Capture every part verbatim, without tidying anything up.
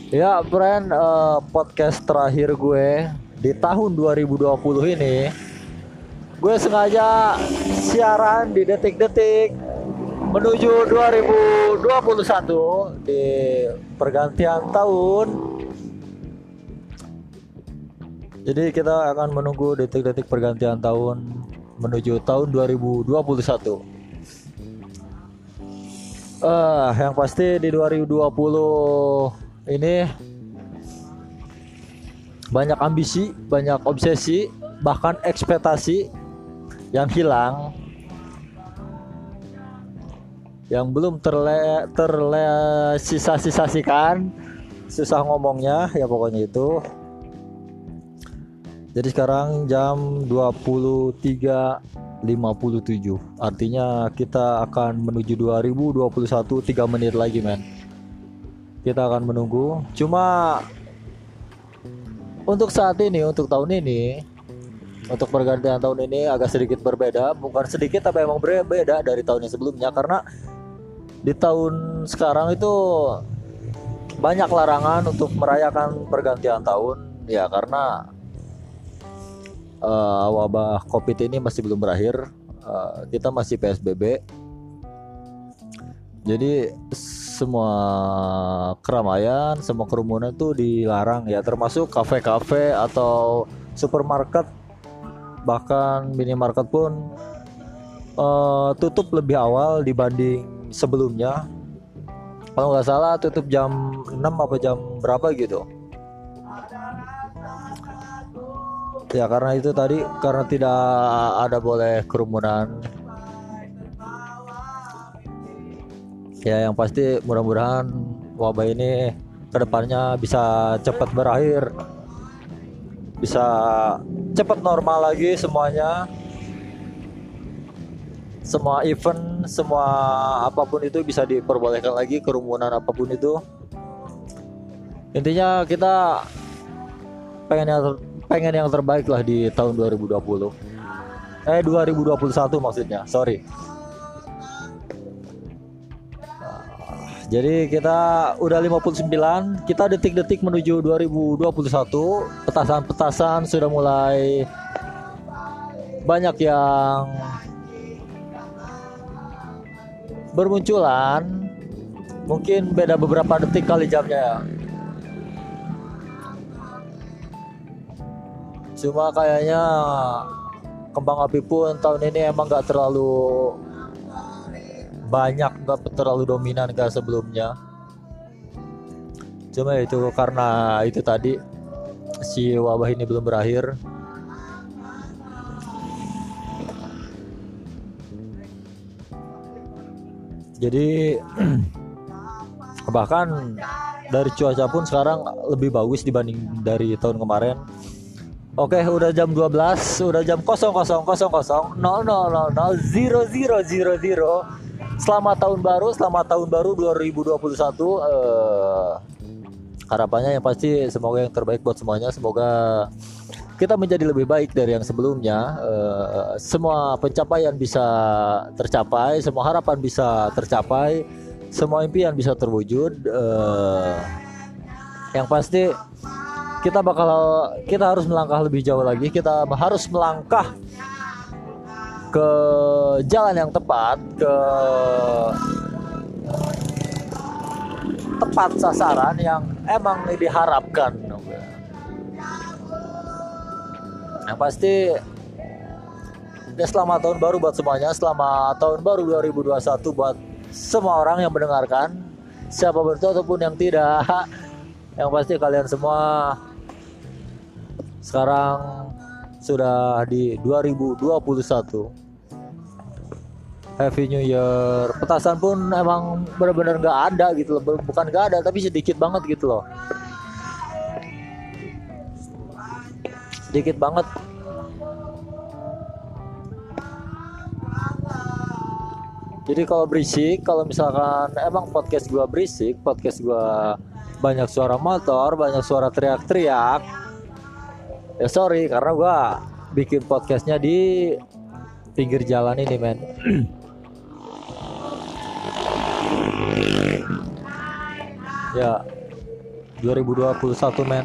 Ya, Bran, eh, podcast terakhir gue di tahun dua ribu dua puluh ini, gue sengaja siaran di detik-detik menuju dua ribu dua puluh satu di pergantian tahun. Jadi kita akan menunggu detik-detik pergantian tahun menuju tahun dua ribu dua puluh satu. Eh, yang pasti di dua ribu dua puluh ini banyak ambisi, banyak obsesi, bahkan ekspektasi yang hilang, yang belum terle terrealisasikan, susah ngomongnya ya pokoknya itu. Jadi sekarang jam dua puluh tiga lima puluh tujuh, artinya kita akan menuju dua ribu dua puluh satu tiga menit lagi, men. Kita akan menunggu. Cuma untuk saat ini, untuk tahun ini, untuk pergantian tahun ini agak sedikit berbeda. Bukan sedikit tapi emang berbeda dari tahun yang sebelumnya, karena di tahun sekarang itu banyak larangan untuk merayakan pergantian tahun, ya karena uh, wabah COVID ini masih belum berakhir. Uh, kita masih P S B B. Jadi semua keramaian, semua kerumunan tuh dilarang ya, termasuk kafe-kafe atau supermarket, bahkan minimarket pun uh, tutup lebih awal dibanding sebelumnya. Kalau nggak salah tutup jam enam apa jam berapa gitu. Ya karena itu tadi, karena tidak ada boleh kerumunan. Ya yang pasti mudah-mudahan wabah ini kedepannya bisa cepat berakhir, bisa cepat normal lagi semuanya. Semua event, semua apapun itu bisa diperbolehkan lagi, kerumunan apapun itu. Intinya kita pengen yang ter- pengen yang terbaik lah di tahun dua ribu dua puluh. Eh dua ribu dua puluh satu maksudnya, sorry. Jadi kita udah lima puluh sembilan, kita detik-detik menuju dua ribu dua puluh satu. Petasan-petasan sudah mulai banyak yang bermunculan. Mungkin beda beberapa detik kali jamnya. Cuma kayaknya kembang api pun tahun ini emang gak terlalu banyak, gak terlalu dominan kayak sebelumnya. Cuma itu karena itu tadi, si wabah ini belum berakhir. Jadi bahkan dari cuaca pun sekarang lebih bagus dibanding dari tahun kemarin. Oke, udah jam dua belas, udah jam nol nol nol nol nol nol nol nol nol nol nol. Selamat tahun baru, selamat tahun baru dua ribu dua puluh satu. Uh, harapannya yang pasti semoga yang terbaik buat semuanya. Semoga kita menjadi lebih baik dari yang sebelumnya. Uh, semua pencapaian bisa tercapai, semua harapan bisa tercapai, semua impian bisa terwujud. Uh, yang pasti kita bakal kita harus melangkah lebih jauh lagi. Kita harus melangkah ke jalan yang tepat, ke tepat sasaran yang emang diharapkan. Yang pasti ya, selamat tahun baru buat semuanya. Selamat tahun baru dua ribu dua puluh satu buat semua orang yang mendengarkan, siapa betul ataupun yang tidak. Yang pasti kalian semua sekarang sudah di dua ribu dua puluh satu. Happy New Year. Petasan pun emang benar-benar nggak ada gitu loh. Bukan nggak ada, tapi sedikit banget gitu loh. Sedikit banget. Jadi kalau berisik, kalau misalkan emang podcast gua berisik, podcast gua banyak suara motor, banyak suara teriak-teriak, ya sorry, karena gua bikin podcastnya di pinggir jalan ini, men. Ya, dua ribu dua puluh satu men.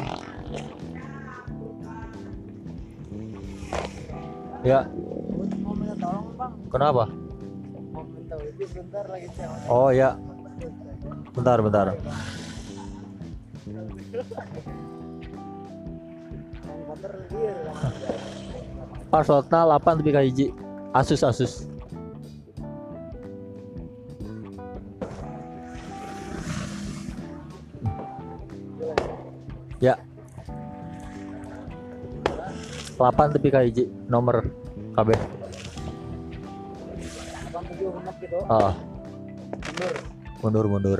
Ya. Mau minta tolong bang, Kenapa? mau minta wibis bentar lagi siapa? Oh ya. Bentar bentar. Bentar lagi. Passwordnya delapan tapi kayak hiji. Asus Asus. Ya. delapan tapi kayak hiji nomor K B. Bang tujuh genap gitu. Ah, Mundur. mundur mundur.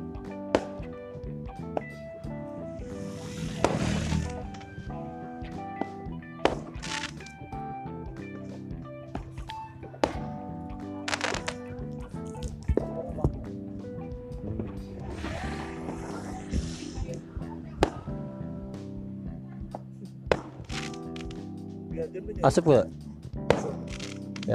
Asap gak? Ya.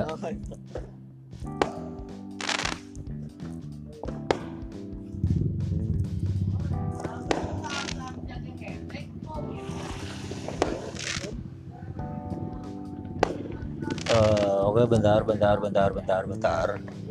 Eh, oke bentar bentar bentar bentar bentar.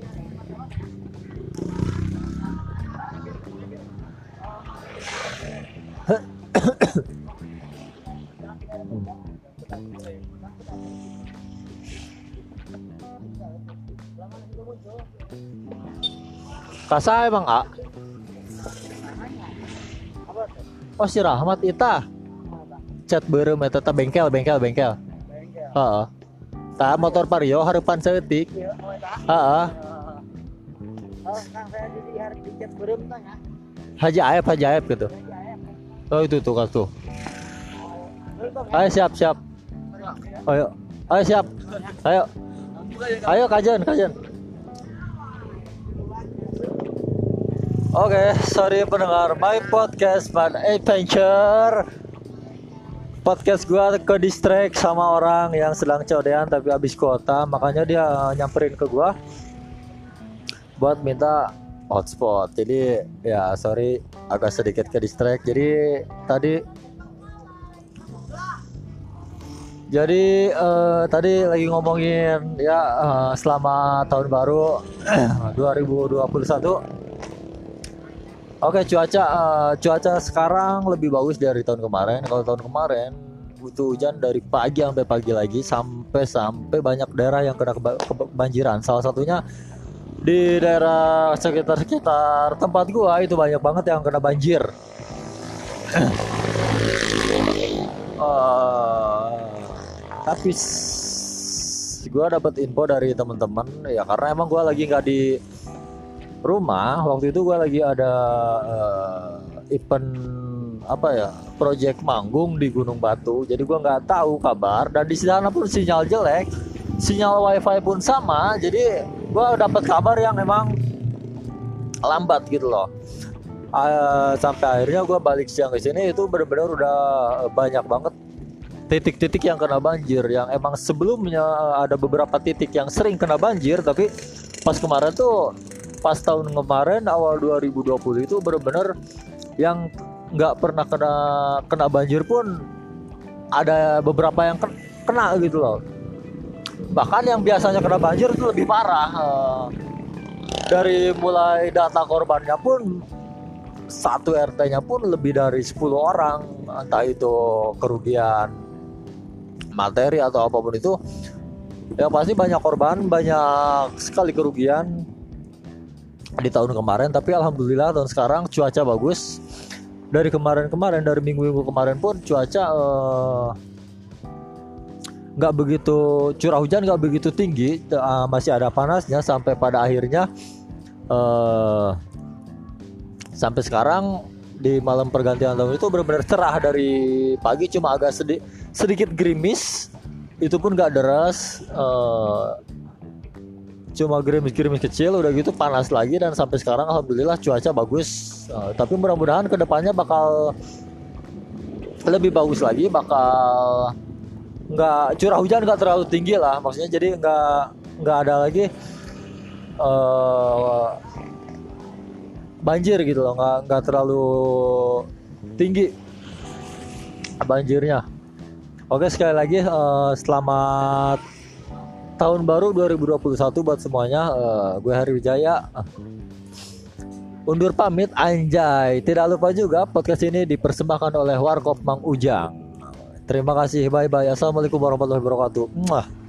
Kasa emang A. Oh si Rahmat Ita. Chat berem eta teh bengkel bengkel bengkel. Bengkel. Heeh. Tah motor Vario hareupan saeutik. Iya, oh eta. Heeh. Oh, kang saya di hari di chat berem tanya. Haji Aep Haji Aep gitu. Oh itu tuh kas tuh. Ayo siap siap. Ayo. Ayo siap. Ayo. Ayo kajian kajian. Oke, sorry pendengar my podcast Fun Adventure. Podcast gua ke distract sama orang yang sedang codean tapi habis kuota, makanya dia nyamperin ke gua buat minta hotspot. Jadi ya sorry agak sedikit ke distract. Jadi tadi Jadi eh, tadi lagi ngomongin ya eh, selama tahun baru dua ribu dua puluh satu. Oke, cuaca eh, cuaca sekarang lebih bagus dari tahun kemarin. Kalau tahun kemarin butuh hujan dari pagi sampai pagi lagi, sampai sampai banyak daerah yang kena keba- kebanjiran. Salah satunya di daerah sekitar-sekitar tempat gua itu banyak banget yang kena banjir. Eh, tapi s- gua dapat info dari teman-teman ya, karena emang gua lagi nggak di rumah waktu itu. Gua lagi ada eh, event apa ya, project manggung di Gunung Batu, jadi gua nggak tahu kabar, dan di sana pun sinyal jelek, sinyal wifi pun sama, jadi gua dapat kabar yang emang lambat gitu loh. Eh, sampai akhirnya gua balik siang ke sini, itu benar-benar udah banyak banget titik-titik yang kena banjir, yang emang sebelumnya ada beberapa titik yang sering kena banjir, tapi pas kemarin tuh pas tahun kemarin awal dua ribu dua puluh itu bener-bener yang nggak pernah kena kena banjir pun ada beberapa yang kena gitu loh. Bahkan yang biasanya kena banjir itu lebih parah. Eh, dari mulai data korbannya pun satu R T-nya pun lebih dari sepuluh orang, entah itu kerugian materi atau apapun itu, yang pasti banyak korban, banyak sekali kerugian di tahun kemarin. Tapi alhamdulillah tahun sekarang cuaca bagus. Dari kemarin-kemarin, dari minggu-minggu kemarin pun cuaca nggak uh, begitu, curah hujan nggak begitu tinggi, uh, masih ada panasnya sampai pada akhirnya uh, sampai sekarang di malam pergantian tahun itu benar-benar cerah dari pagi, cuma agak sedi- sedikit gerimis, itu pun nggak deras, uh, cuma gerimis-gerimis kecil, udah gitu panas lagi. Dan sampai sekarang alhamdulillah cuaca bagus, uh, tapi mudah-mudahan kedepannya bakal lebih bagus lagi, bakal nggak, curah hujan nggak terlalu tinggi lah maksudnya, jadi nggak nggak ada lagi uh, banjir gitu loh, nggak nggak terlalu tinggi banjirnya. Oke, sekali lagi uh, selamat tahun baru dua ribu dua puluh satu buat semuanya. uh, gue Hari Wijaya undur pamit anjay. Tidak lupa juga podcast ini dipersembahkan oleh Warkop Mang Ujang. Terima kasih, bye bye. Assalamualaikum warahmatullahi wabarakatuh. Mwah.